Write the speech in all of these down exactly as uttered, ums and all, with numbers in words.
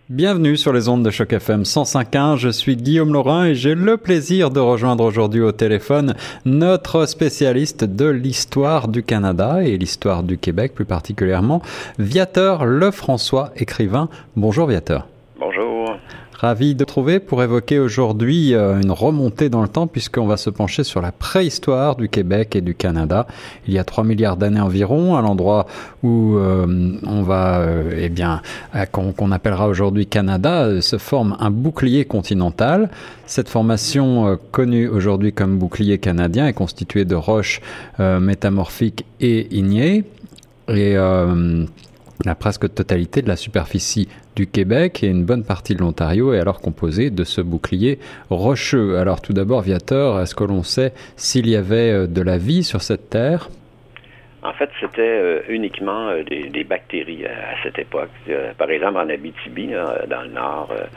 Bienvenue sur les ondes de Choc F M cent cinq point un, je suis Guillaume Laurin et j'ai le plaisir de rejoindre aujourd'hui au téléphone notre spécialiste de l'histoire du Canada et l'histoire du Québec plus particulièrement, Viateur Lefrançois, écrivain. Bonjour Viateur. Bonjour. Ravi de trouver pour évoquer aujourd'hui une remontée dans le temps puisqu'on va se pencher sur la préhistoire du Québec et du Canada. Il y a trois milliards d'années environ, à l'endroit où euh, on va, euh, eh bien, qu'on, qu'on appellera aujourd'hui Canada, se forme un bouclier continental. Cette formation euh, connue aujourd'hui comme bouclier canadien est constituée de roches euh, métamorphiques et ignées. Et euh, la presque totalité de la superficie du Québec et une bonne partie de l'Ontario est alors composée de ce bouclier rocheux. Alors tout d'abord, Viateur, est-ce que l'on sait s'il y avait de la vie sur cette terre? En fait, c'était euh, uniquement euh, des, des bactéries à, à cette époque. Euh, par exemple, en Abitibi, là, dans le nord, euh,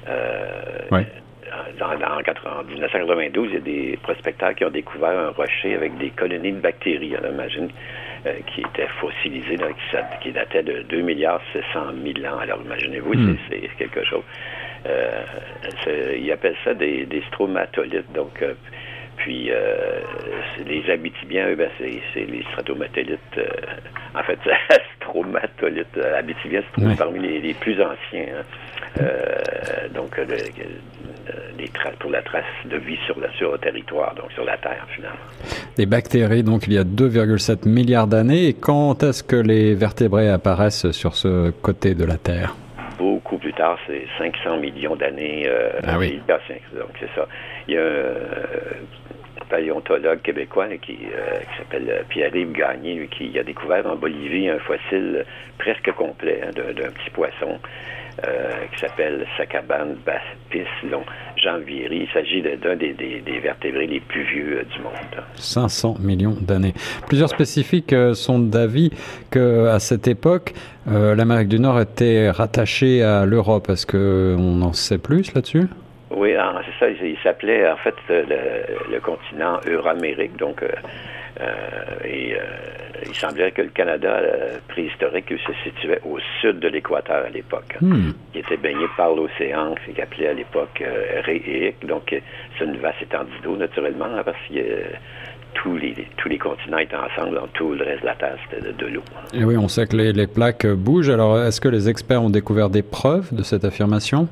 euh, ouais. dans, dans, en dix-neuf cent quatre-vingt-douze, il y a des prospecteurs qui ont découvert un rocher avec des colonies de bactéries. On imagine Euh, qui était fossilisé, là, qui, qui datait de deux milliards six cent mille ans. Alors, imaginez-vous, mm. c'est, c'est quelque chose. Euh, c'est, ils appellent ça des, des stromatolithes. Donc, euh, puis, euh, c'est les Abitibiens, eux, ben, c'est, c'est les stratomatolithes. Euh, en fait, stromatolithes. Euh, Abitibiens se trouvent oui. parmi les, les plus anciens. Hein. Euh, donc, le, les tra- pour la trace de vie sur le, sur le territoire, donc sur la Terre, finalement. Des bactéries, donc, il y a deux virgule sept milliards d'années. Et quand est-ce que les vertébrés apparaissent sur ce côté de la Terre? Beaucoup plus tard, c'est cinq cents millions d'années. Euh, ah oui. Donc, c'est ça. Il y a un euh, paléontologue québécois là, qui, euh, qui s'appelle Pierre-Yves Gagné, lui, qui a découvert en Bolivie un fossile presque complet hein, d'un, d'un petit poisson euh, qui s'appelle Sacaban baspis janvieri. Il s'agit de, d'un des, des, des vertébrés les plus vieux euh, du monde. Hein. cinq cents millions d'années. Plusieurs spécifiques euh, sont d'avis qu'à cette époque, euh, l'Amérique du Nord était rattachée à l'Europe. Est-ce qu'on en sait plus là-dessus? Oui, alors, c'est ça. Il, il s'appelait en fait le, le continent Euramérique. Donc, euh, euh, et, euh, il semblerait que le Canada euh, préhistorique se situait au sud de l'équateur à l'époque. Hein, hmm. qui était baigné par l'océan, c'est qu'appelait à l'époque euh, Réique. Donc, c'est une vaste étendue d'eau naturellement, hein, parce que euh, tous les tous les continents étaient ensemble, dans tout le reste de la Terre, c'était de, de l'eau. Hein. Et oui, on sait que les, les plaques bougent. Alors, est-ce que les experts ont découvert des preuves de cette affirmation?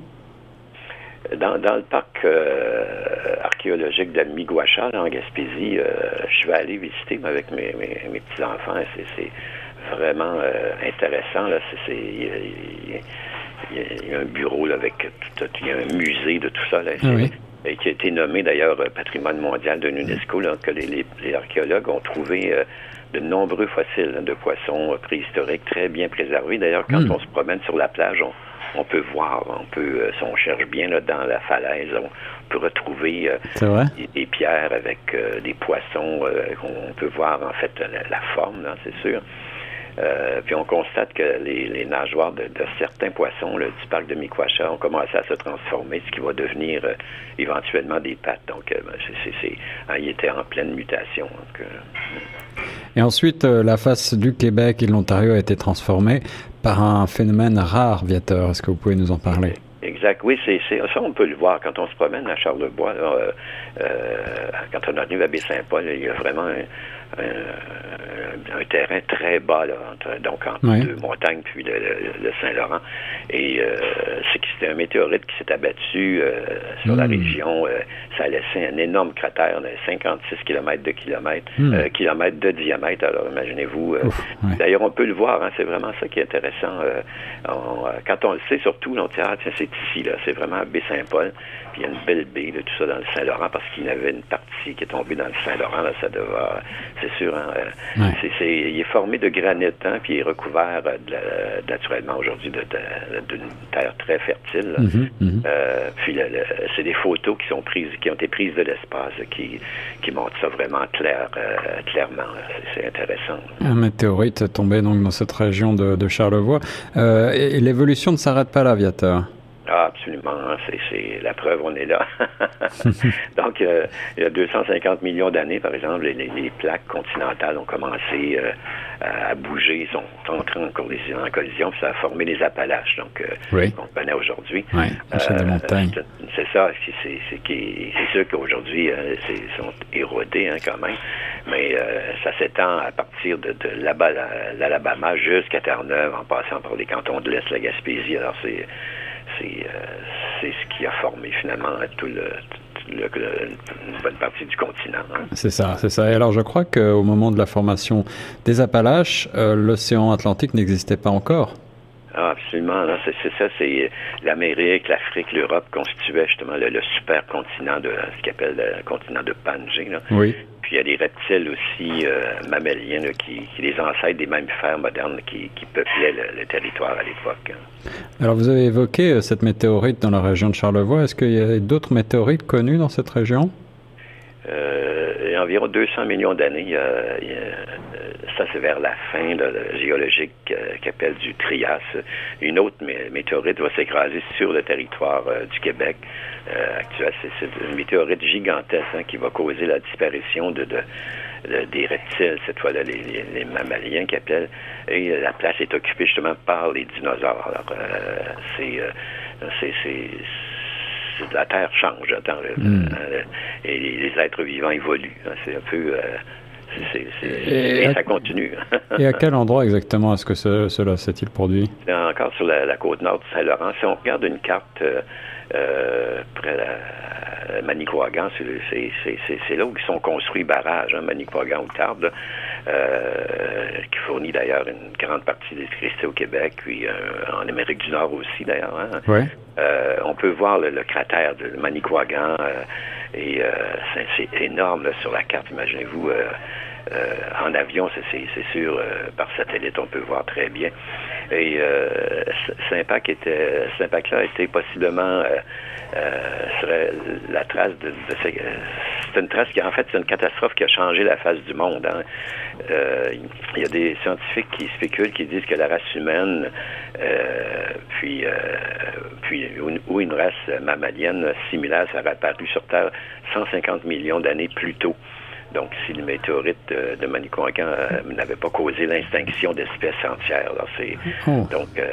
Dans, dans le parc euh, archéologique de Miguacha, là, en Gaspésie, euh, je vais aller visiter avec mes, mes, mes petits-enfants. C'est, c'est vraiment euh, intéressant. Là. C'est, c'est, il, y a, il y a un bureau là, avec tout, il y a un musée de tout ça. Là, ah oui. Et qui a été nommé d'ailleurs patrimoine mondial de l'UNESCO, là, que les, les, les archéologues ont trouvé euh, de nombreux fossiles hein, de poissons euh, préhistoriques très bien préservés. D'ailleurs, quand mm. on se promène sur la plage, on On peut voir, on peut, euh, si on cherche bien là, dans la falaise, on peut retrouver euh, des, des pierres avec euh, des poissons. Euh, on peut voir en fait la, la forme, là, c'est sûr. Euh, puis on constate que les, les nageoires de, de certains poissons là, du parc de Miguacha ont commencé à se transformer, ce qui va devenir euh, éventuellement des pattes. Donc, euh, c'est, c'est, c'est, hein, ils étaient en pleine mutation. Donc, euh, Et ensuite, euh, la face du Québec et de l'Ontario a été transformée par un phénomène rare, Viateur. Est-ce que vous pouvez nous en parler? Exact. Oui, c'est, c'est ça, on peut le voir quand on se promène à Charlevoix. Là, euh, euh, quand on arrive à Baie-Saint-Paul, il y a vraiment un, un, un terrain très bas, là, entre, donc entre oui. deux montagnes puis le, le, le Saint-Laurent. Et euh, c'est que c'était un météorite qui s'est abattu euh, sur mmh. la région. Euh, ça a laissé un énorme cratère de cinquante-six kilomètres de kilomètre, mmh. euh, kilomètres de diamètre. Alors imaginez-vous. Euh, Ouf, ouais. D'ailleurs, on peut le voir. Hein, c'est vraiment ça qui est intéressant. Euh, on, quand on le sait, surtout, on dit ah tiens, c'est ici, là, c'est vraiment à Baie-Saint-Paul. Puis il y a une belle baie de tout ça dans le Saint-Laurent parce qu'il y avait une partie qui est tombée dans le Saint-Laurent. Là, ça devait, c'est sûr. Hein, euh, ouais. c'est, c'est, il est formé de granit, hein, puis il est recouvert de la, naturellement aujourd'hui de, de, d'une terre très fertile. Mm-hmm, mm-hmm. Euh, puis le, le, c'est des photos qui sont prises, qui ont été prises de l'espace, qui, qui montrent ça vraiment clair, euh, clairement. C'est, c'est intéressant. Un météorite est tombé donc dans cette région de, de Charlevoix. Euh, et, et l'évolution ne s'arrête pas là, Viateur. Ah, absolument. Hein. C'est, c'est la preuve, on est là. Donc, euh, il y a deux cent cinquante millions d'années, par exemple, les, les plaques continentales ont commencé euh, à bouger, sont entrées en collision, en collision, puis ça a formé les Appalaches, donc euh, oui. qu'on connaît aujourd'hui. Oui, euh, des montagnes. C'est, c'est ça. C'est, c'est, c'est, qui, c'est sûr qu'aujourd'hui, euh, c'est, sont érodés hein, quand même, mais euh, ça s'étend à partir de, de là-bas, l'Alabama jusqu'à Terre-Neuve, en passant par les cantons de l'Est, la Gaspésie. Alors, c'est C'est, euh, c'est ce qui a formé finalement tout le, tout le, le, une bonne partie du continent. Hein. C'est ça, c'est ça. Et alors je crois qu'au moment de la formation des Appalaches, euh, l'océan Atlantique n'existait pas encore. Ah, absolument. Non, c'est, c'est ça, c'est l'Amérique, l'Afrique, l'Europe constituaient justement le, le supercontinent de ce qu'on appelle le continent de Pangée. Là. Oui. Puis il y a des reptiles aussi euh, mammaliens là, qui, qui les ancêtres des mammifères modernes qui, qui peuplaient le, le territoire à l'époque. Hein. Alors vous avez évoqué euh, cette météorite dans la région de Charlevoix. Est-ce qu'il y a d'autres météorites connues dans cette région? Euh, il y a environ deux cents millions d'années. Il y a, il y a, ça, c'est vers la fin là, géologique euh, qu'appelle du Trias. Une autre mé- météorite va s'écraser sur le territoire euh, du Québec euh, actuel. C'est, c'est une météorite gigantesque hein, qui va causer la disparition de, de, de des reptiles, cette fois-là, les, les, les mammaliens qui appellent. Et la place est occupée justement par les dinosaures. Alors, euh, c'est, euh, c'est, c'est la Terre change, attends, mm. euh, et les êtres vivants évoluent. Hein, c'est un peu... Euh, c'est, c'est, et, et à, ça continue. Et à quel endroit exactement est-ce que ce, cela s'est-il produit? C'est encore sur la, la côte nord du Saint-Laurent. Si on regarde une carte euh, euh, près de la Manicouagan, c'est, c'est, c'est, c'est, c'est là où ils sont construits barrages, hein, Manicouagan ou Tarbes, euh, qui fournit d'ailleurs une grande partie de l'électricité au Québec, puis euh, en Amérique du Nord aussi d'ailleurs. Hein. Ouais. Euh, on peut voir le, le cratère de Manicouagan euh, et euh, c'est, c'est énorme là, sur la carte, imaginez-vous. Euh, euh, en avion, c'est, c'est, c'est sûr, euh, par satellite, on peut voir très bien. Et euh, cet impact était, cet impact-là était possiblement euh, euh, serait la trace de, de ces, euh, c'est une trace qui, en fait, c'est une catastrophe qui a changé la face du monde. Hein. Euh, il y a des scientifiques qui spéculent, qui disent que la race humaine, euh, puis, euh, puis ou une race mammalienne similaire serait apparue sur Terre cent cinquante millions d'années plus tôt. Donc, si le météorite de, de Manicouagan euh, n'avait pas causé l'extinction d'espèces entières, alors c'est, oh. donc euh,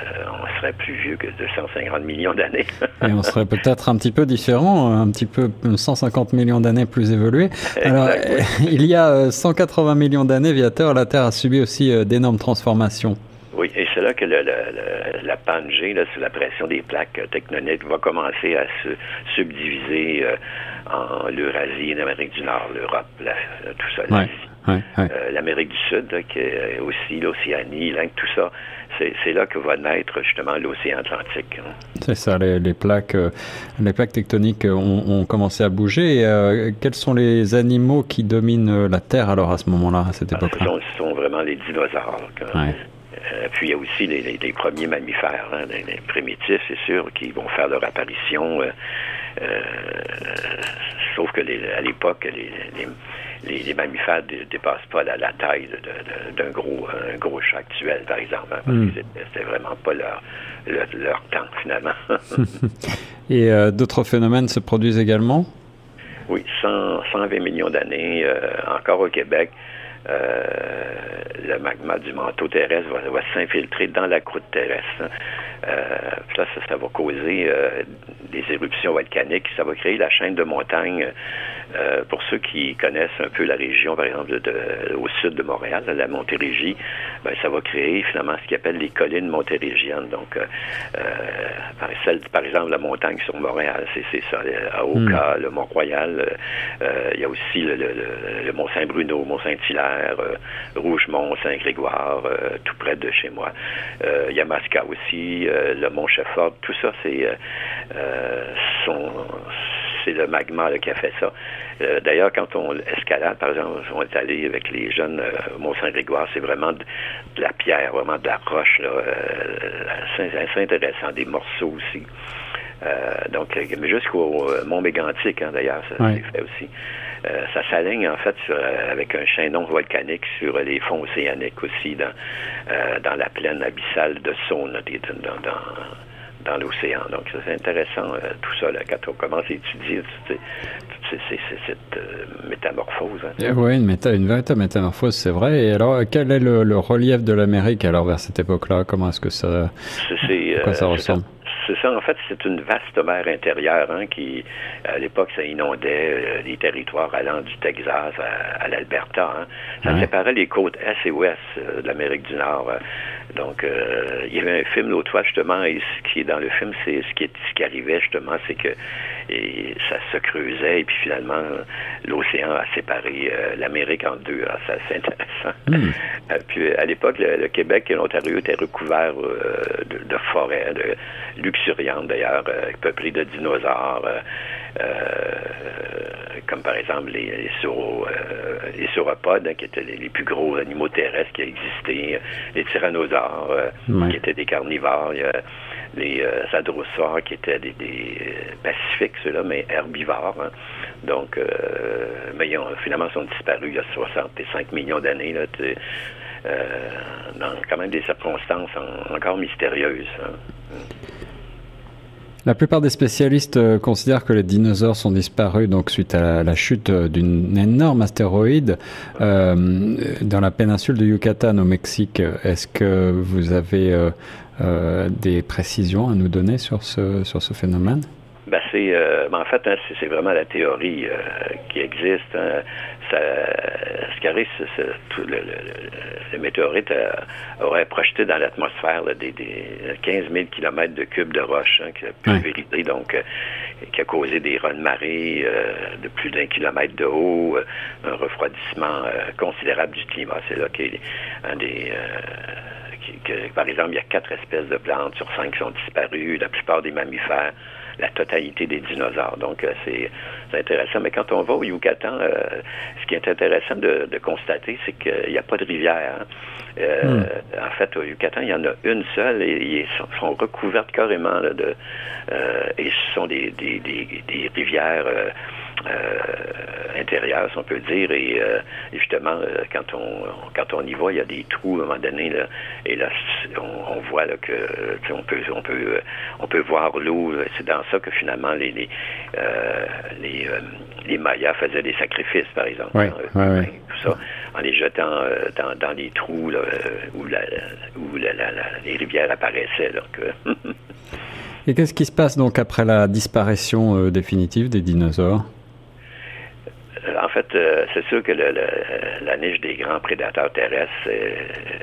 on serait plus vieux que deux cent cinquante millions d'années. Et on serait peut-être un petit peu différent, un petit peu cent cinquante millions d'années plus évolué. Alors, euh, il y a cent quatre-vingts millions d'années, Viateur, la Terre a subi aussi euh, d'énormes transformations. Oui, et c'est là que le, le, le, la Pangée, là, sous la pression des plaques tectoniques, va commencer à se subdiviser euh, en l'Eurasie, l'Amérique du Nord, l'Europe, la, tout ça, l'Asie. Ouais, ouais, ouais. Euh, L'Amérique du Sud, là, qui est aussi l'Océanie, l'Inde, tout ça, c'est, c'est là que va naître justement l'océan Atlantique. Hein. C'est ça, les, les plaques, euh, les plaques tectoniques ont, ont commencé à bouger. Et, euh, quels sont les animaux qui dominent la Terre alors à ce moment-là, à cette époque-là? Ah, ce, sont, ce sont vraiment les dinosaures. Ouais. Euh, puis il y a aussi les, les, les premiers mammifères, hein, les, les primitifs, c'est sûr, qui vont faire leur apparition. Euh, euh, sauf que les, à l'époque, les, les, les, les mammifères ne dépassent pas la, la taille de, de, d'un gros, un gros chat actuel, par exemple, hein, parce mm. que c'était, c'était vraiment pas leur, leur, leur temps, finalement. Et euh, d'autres phénomènes se produisent également? Oui, cent, cent vingt millions d'années, euh, encore au Québec. Euh, le magma du manteau terrestre va, va s'infiltrer dans la croûte terrestre. Euh, ça, ça, ça va causer euh, des éruptions volcaniques. Ça va créer la chaîne de montagnes. Euh, pour ceux qui connaissent un peu la région, par exemple, de, de, au sud de Montréal, la Montérégie, ben, ça va créer finalement ce qu'ils appellent les collines montérégiennes. Donc, euh, par, celle, par exemple, la montagne sur Montréal, c'est, c'est ça. À Oka, mm. le Mont-Royal, euh, il y a aussi le, le, le, le Mont-Saint-Bruno, Mont-Saint-Hilaire, euh, Rougemont, Saint-Grégoire, euh, tout près de chez moi. Euh, Yamaska aussi, euh, le Mont-Chefford, tout ça, c'est euh, euh, son, c'est le magma là, qui a fait ça. Euh, d'ailleurs, quand on escalade, par exemple, on est allé avec les jeunes euh, au Mont-Saint-Grégoire, c'est vraiment de, de la pierre, vraiment de la roche, là, euh, c'est, c'est intéressant, des morceaux aussi. Euh, donc, mais jusqu'au Mont Mégantic, hein, d'ailleurs, ça ouais. c'est fait aussi. Euh, ça s'aligne, en fait, sur, euh, avec un chaînon volcanique sur les fonds océaniques aussi, dans, euh, dans la plaine abyssale de Saône, dans, dans, dans l'océan. Donc, c'est intéressant euh, tout ça, là, quand on commence à étudier toutes ces, ces, ces, cette euh, métamorphose. Hein. Oui, une, méta, une véritable métamorphose, c'est vrai. Et alors, quel est le, le relief de l'Amérique alors vers cette époque-là? Comment est-ce que ça, c'est, à quoi ça euh, ressemble? C'est ça, en fait, c'est une vaste mer intérieure hein, qui, à l'époque, ça inondait euh, les territoires allant du Texas à, à l'Alberta. Hein. Ça ouais. séparait les côtes est et ouest euh, de l'Amérique du Nord. Donc, euh, il y avait un film l'autre fois, justement, et ce qui est dans le film, c'est ce qui, est, ce qui arrivait, justement, c'est que et ça se creusait, et puis finalement, l'océan a séparé euh, l'Amérique en deux. Alors, ça, c'est intéressant. Mm. Euh, puis, à l'époque, le, le Québec et l'Ontario étaient recouverts euh, de, de forêts, de luxuriantes, d'ailleurs, euh, peuplées de dinosaures, euh, euh, comme par exemple les, les, sauro, euh, les sauropodes, hein, qui étaient les, les plus gros animaux terrestres qui existaient, les tyrannosaures, euh, ouais. qui étaient des carnivores, il y a les euh, hadrosaures, qui étaient des, des euh, pacifiques, ceux-là, mais herbivores. Hein. Donc, euh, mais ils ont, finalement, ils sont disparus il y a soixante-cinq millions d'années, là, euh, dans quand même des circonstances en, encore mystérieuses. Hein. La plupart des spécialistes euh, considèrent que les dinosaures sont disparus donc suite à la, la chute d'une énorme astéroïde euh, dans la péninsule de Yucatan au Mexique. Est-ce que vous avez euh, euh, des précisions à nous donner sur ce sur ce phénomène? Ben c'est, euh, ben en fait, hein, c'est, c'est vraiment la théorie euh, qui existe. Hein. Ça, ce qui arrive, c'est, c'est tout le, le, le, le météorite euh, aurait projeté dans l'atmosphère là, des, des quinze mille kilomètres de cubes de roche hein, qui a pulvérisé, oui. donc euh, qui a causé des raz-de-marée euh, de plus d'un kilomètre de haut, euh, un refroidissement euh, considérable du climat. C'est là qu'il y a un des euh, qui, que, par exemple, il y a quatre espèces de plantes sur cinq qui sont disparues, la plupart des mammifères, la totalité des dinosaures. Donc, euh, c'est, c'est intéressant. Mais quand on va au Yucatan, euh, ce qui est intéressant de, de constater, c'est qu'il n'y a pas de rivière. Hein. Euh, mm. En fait, au Yucatan, il y en a une seule et ils sont, sont recouvertes carrément là, de... Euh, et ce sont des, des, des, des rivières... Euh, Euh, intérieure, si on peut dire, et, euh, et justement, euh, quand on quand on y va, il y a des trous à un moment donné, là, et là, on, on voit là, que on peut on peut on peut voir l'eau. C'est dans ça que finalement les les euh, les, euh, les Mayas faisaient des sacrifices, par exemple, oui, hein, oui, euh, oui. tout ça, en les jetant euh, dans dans les trous là, où la où la, la, la, les rivières apparaissaient. Là, que Et qu'est-ce qui se passe donc après la disparition euh, définitive des dinosaures? En fait, euh, c'est sûr que le, le, la niche des grands prédateurs terrestres, euh,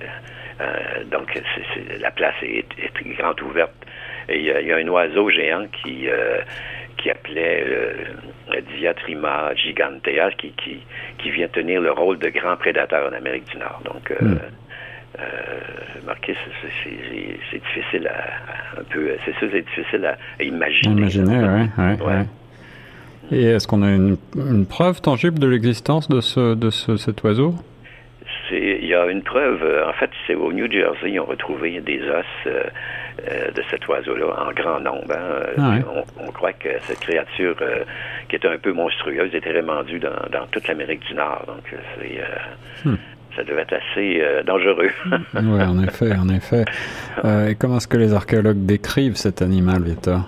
euh, donc c'est, c'est, la place est, est grande ouverte. Et il y, y a un oiseau géant qui euh, qui appelait euh, Diatrima gigantea, qui, qui qui vient tenir le rôle de grand prédateur en Amérique du Nord. Donc, euh, mm. euh, marqué, c'est, c'est, c'est, c'est difficile à un peu, c'est sûr, c'est difficile à, à imaginer. Imaginer, oui, oui. Ouais. Et est-ce qu'on a une, une preuve tangible de l'existence de ce de ce, cet oiseau? C'est, il y a une preuve. En fait, c'est au New Jersey, ils ont retrouvé des os euh, euh, de cet oiseau-là en grand nombre. Hein. Ah ouais. on, on croit que cette créature, euh, qui était un peu monstrueuse, était répandue dans, dans toute l'Amérique du Nord. Donc, c'est, euh, hmm. ça devait être assez euh, dangereux. Oui, en effet, en effet. Euh, et comment est-ce que les archéologues décrivent cet animal, Victor?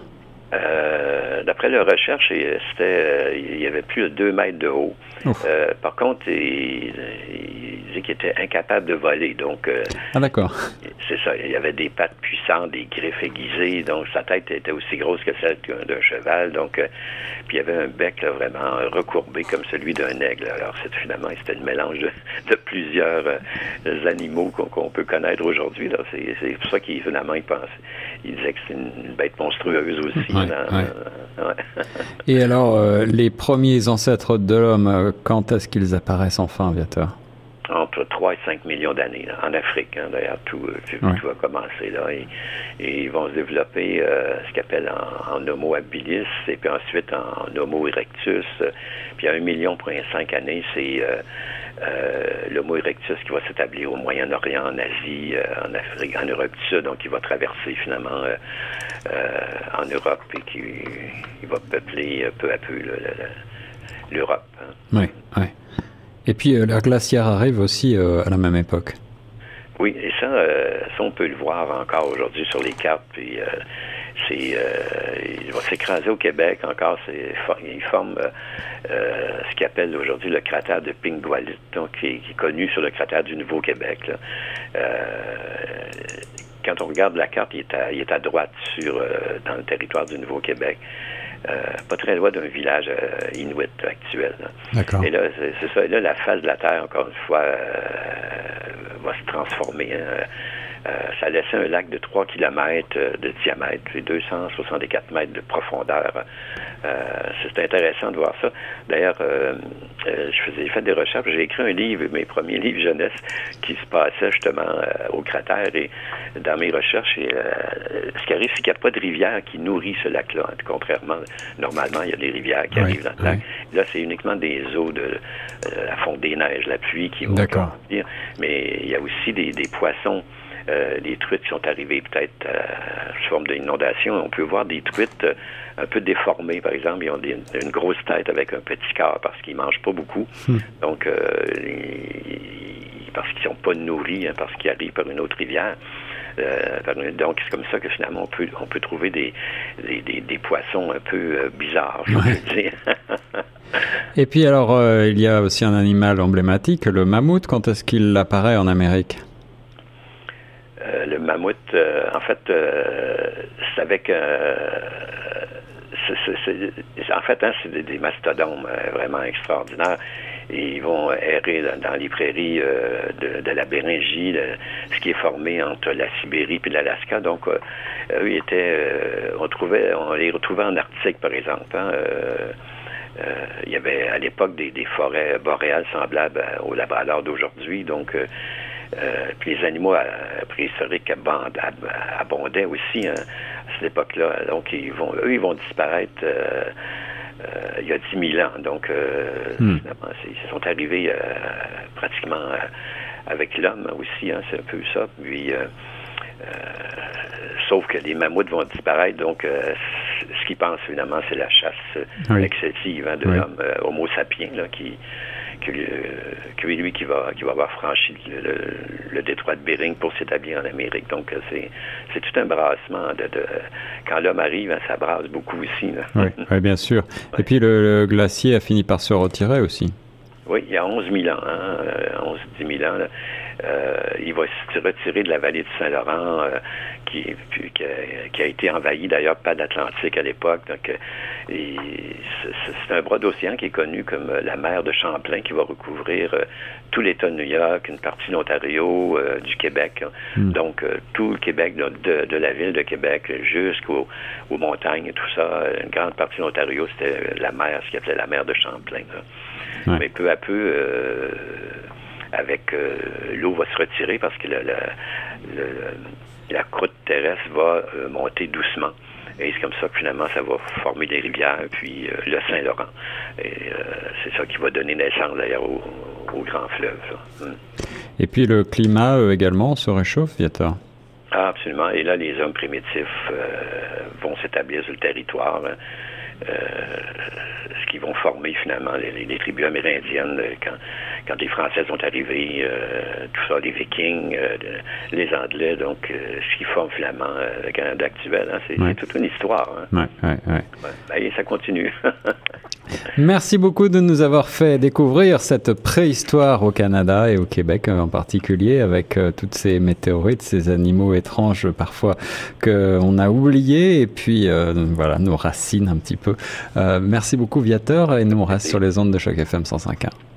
Euh, d'après leurs recherches, c'était, euh, il y avait plus de deux mètres de haut. Euh, par contre, il, il disait qu'il était incapable de voler. Donc, euh, ah d'accord. C'est ça. Il y avait des pattes puissantes, des griffes aiguisées. Donc, sa tête était aussi grosse que celle d'un cheval. Donc, euh, puis il y avait un bec là, vraiment recourbé comme celui d'un aigle. Alors, c'est, finalement, c'était le mélange de, de plusieurs euh, animaux qu'on, qu'on peut connaître aujourd'hui. Là. C'est, c'est pour ça qu'il finalement il pensait. Il disait que c'est une bête monstrueuse aussi. Ouais, dans, ouais. Euh, ouais. Et alors, euh, les premiers ancêtres de l'homme, euh, quand est-ce qu'ils apparaissent enfin, Viator? Entre trois et cinq millions d'années, là, en Afrique. Hein, d'ailleurs, tout, tout, ouais. tout a commencé là. Et, et ils vont se développer euh, ce qu'ils appellent en, en Homo habilis, et puis ensuite en Homo erectus. Puis à un million point cinq années, c'est euh, euh, l'Homo erectus qui va s'établir au Moyen-Orient, en Asie, euh, en Afrique, en Europe du Sud. Donc, il va traverser finalement euh, euh, en Europe et qui il va peupler euh, peu à peu là, la, la, l'Europe. Hein. Oui, oui. Et puis, euh, la glacière arrive aussi euh, à la même époque. Oui, et ça, euh, ça, on peut le voir encore aujourd'hui sur les cartes. Puis, euh, c'est, euh, il va s'écraser au Québec encore. C'est, il forme euh, euh, ce qu'il appelle aujourd'hui le cratère de Pingualit, donc qui est, qui est connu sur le cratère du Nouveau-Québec. Là. Euh, quand on regarde la carte, il est à, il est à droite sur euh, dans le territoire du Nouveau-Québec. Euh, pas très loin d'un village euh, inuit actuel. Là. D'accord. Et là, c'est, c'est ça. Et là, la face de la Terre, encore une fois, euh, va se transformer. Hein. Euh, ça a laissé un lac de trois kilomètres de diamètre et deux cent soixante-quatre mètres de profondeur. Euh, c'est intéressant de voir ça. D'ailleurs, euh, euh, je faisais fait des recherches. J'ai écrit un livre, mes premiers livres jeunesse, qui se passait justement euh, au cratère. Et dans mes recherches, et, euh, ce qui arrive, c'est qu'il n'y a pas de rivière qui nourrit ce lac-là. Hein. Contrairement, normalement, il y a des rivières qui oui, arrivent dans le lac. Oui. Là, c'est uniquement des eaux de euh, la fonte des neiges, la pluie qui vont grandir. Mais il y a aussi des, des poissons. Euh, des truites qui sont arrivées peut-être euh, sous forme d'inondation. On peut voir des truites euh, un peu déformées, par exemple. Ils ont des, une grosse tête avec un petit corps parce qu'ils mangent pas beaucoup. Hmm. Donc, euh, ils, parce qu'ils sont pas nourris, hein, parce qu'ils arrivent par une autre rivière. Euh, donc, c'est comme ça que finalement, on peut, on peut trouver des, des, des, des poissons un peu euh, bizarres, je ouais. peux dire. Et puis, alors, euh, il y a aussi un animal emblématique, le mammouth. Quand est-ce qu'il apparaît en Amérique? Euh, le mammouth, euh, en fait, euh, c'est avec... Euh, c'est, c'est, c'est, en fait, hein, c'est des, des mastodontes euh, vraiment extraordinaires. Et ils vont errer dans, dans les prairies euh, de, de la Béringie, le, ce qui est formé entre la Sibérie et l'Alaska. Donc, euh, eux, ils étaient... Euh, on, trouvait, on les retrouvait en Arctique, par exemple. Hein, euh, euh, il y avait à l'époque des, des forêts boréales semblables au Labrador d'aujourd'hui. Donc... Euh, Euh, puis les animaux euh, préhistoriques abondaient, abondaient aussi hein, à cette époque-là. Donc, ils vont, eux, ils vont disparaître euh, euh, il y a dix mille ans. Donc, euh, hmm. finalement, ils sont arrivés euh, pratiquement euh, avec l'homme aussi. Hein, c'est un peu ça. Puis, euh, euh, sauf que les mammouths vont disparaître. Donc, euh, ce qu'ils pensent, finalement, c'est la chasse oui. excessive hein, de oui. l'homme euh, Homo sapiens, là, qui... Que, que lui qui va qui va avoir franchi le, le, le détroit de Bering pour s'établir en Amérique. Donc c'est c'est tout un brassement de, de quand l'homme arrive, ça brasse beaucoup aussi. Là. Oui, oui, bien sûr. Ouais. Et puis le, le glacier a fini par se retirer aussi. Oui, il y a onze mille ans, hein, onze à dix mille ans. Là. Euh, il va se retirer de la vallée du Saint-Laurent, euh, qui, qui, a, qui a été envahie d'ailleurs par l'Atlantique à l'époque. Donc, et c'est, c'est un bras d'océan qui est connu comme la mer de Champlain, qui va recouvrir euh, tout l'État de New York, une partie de l'Ontario, euh, du Québec. Mm. Donc, euh, tout le Québec, de, de, de la ville de Québec jusqu'aux aux montagnes et tout ça, une grande partie de l'Ontario, c'était la mer, ce qu'on appelait la mer de Champlain. Ouais. Mais peu à peu... Euh, avec euh, l'eau va se retirer parce que la, la, la, la croûte terrestre va euh, monter doucement. Et c'est comme ça que finalement, ça va former des rivières, puis euh, le Saint-Laurent. Et euh, c'est ça qui va donner naissance d'ailleurs au, au grand fleuve. Hum. Et puis le climat euh, également se réchauffe, Viator? Ah, absolument. Et là, les hommes primitifs euh, vont s'établir sur le territoire. Hein. Euh, ce qui vont former finalement les, les, les tribus amérindiennes quand, quand les Français sont arrivés, euh, tout ça, les Vikings, euh, les Anglais, donc euh, ce qui forme finalement euh, le Canada actuel. Hein, c'est, ouais. c'est toute une histoire. Hein. Ouais, ouais, ouais. Ouais, et ça continue. Merci beaucoup de nous avoir fait découvrir cette préhistoire au Canada et au Québec en particulier, avec euh, toutes ces météorites, ces animaux étranges parfois qu'on a oubliés, et puis euh, voilà, nos racines un petit peu. Euh, merci beaucoup Viator, et nous on reste sur les ondes de Choc F M cent cinq point un.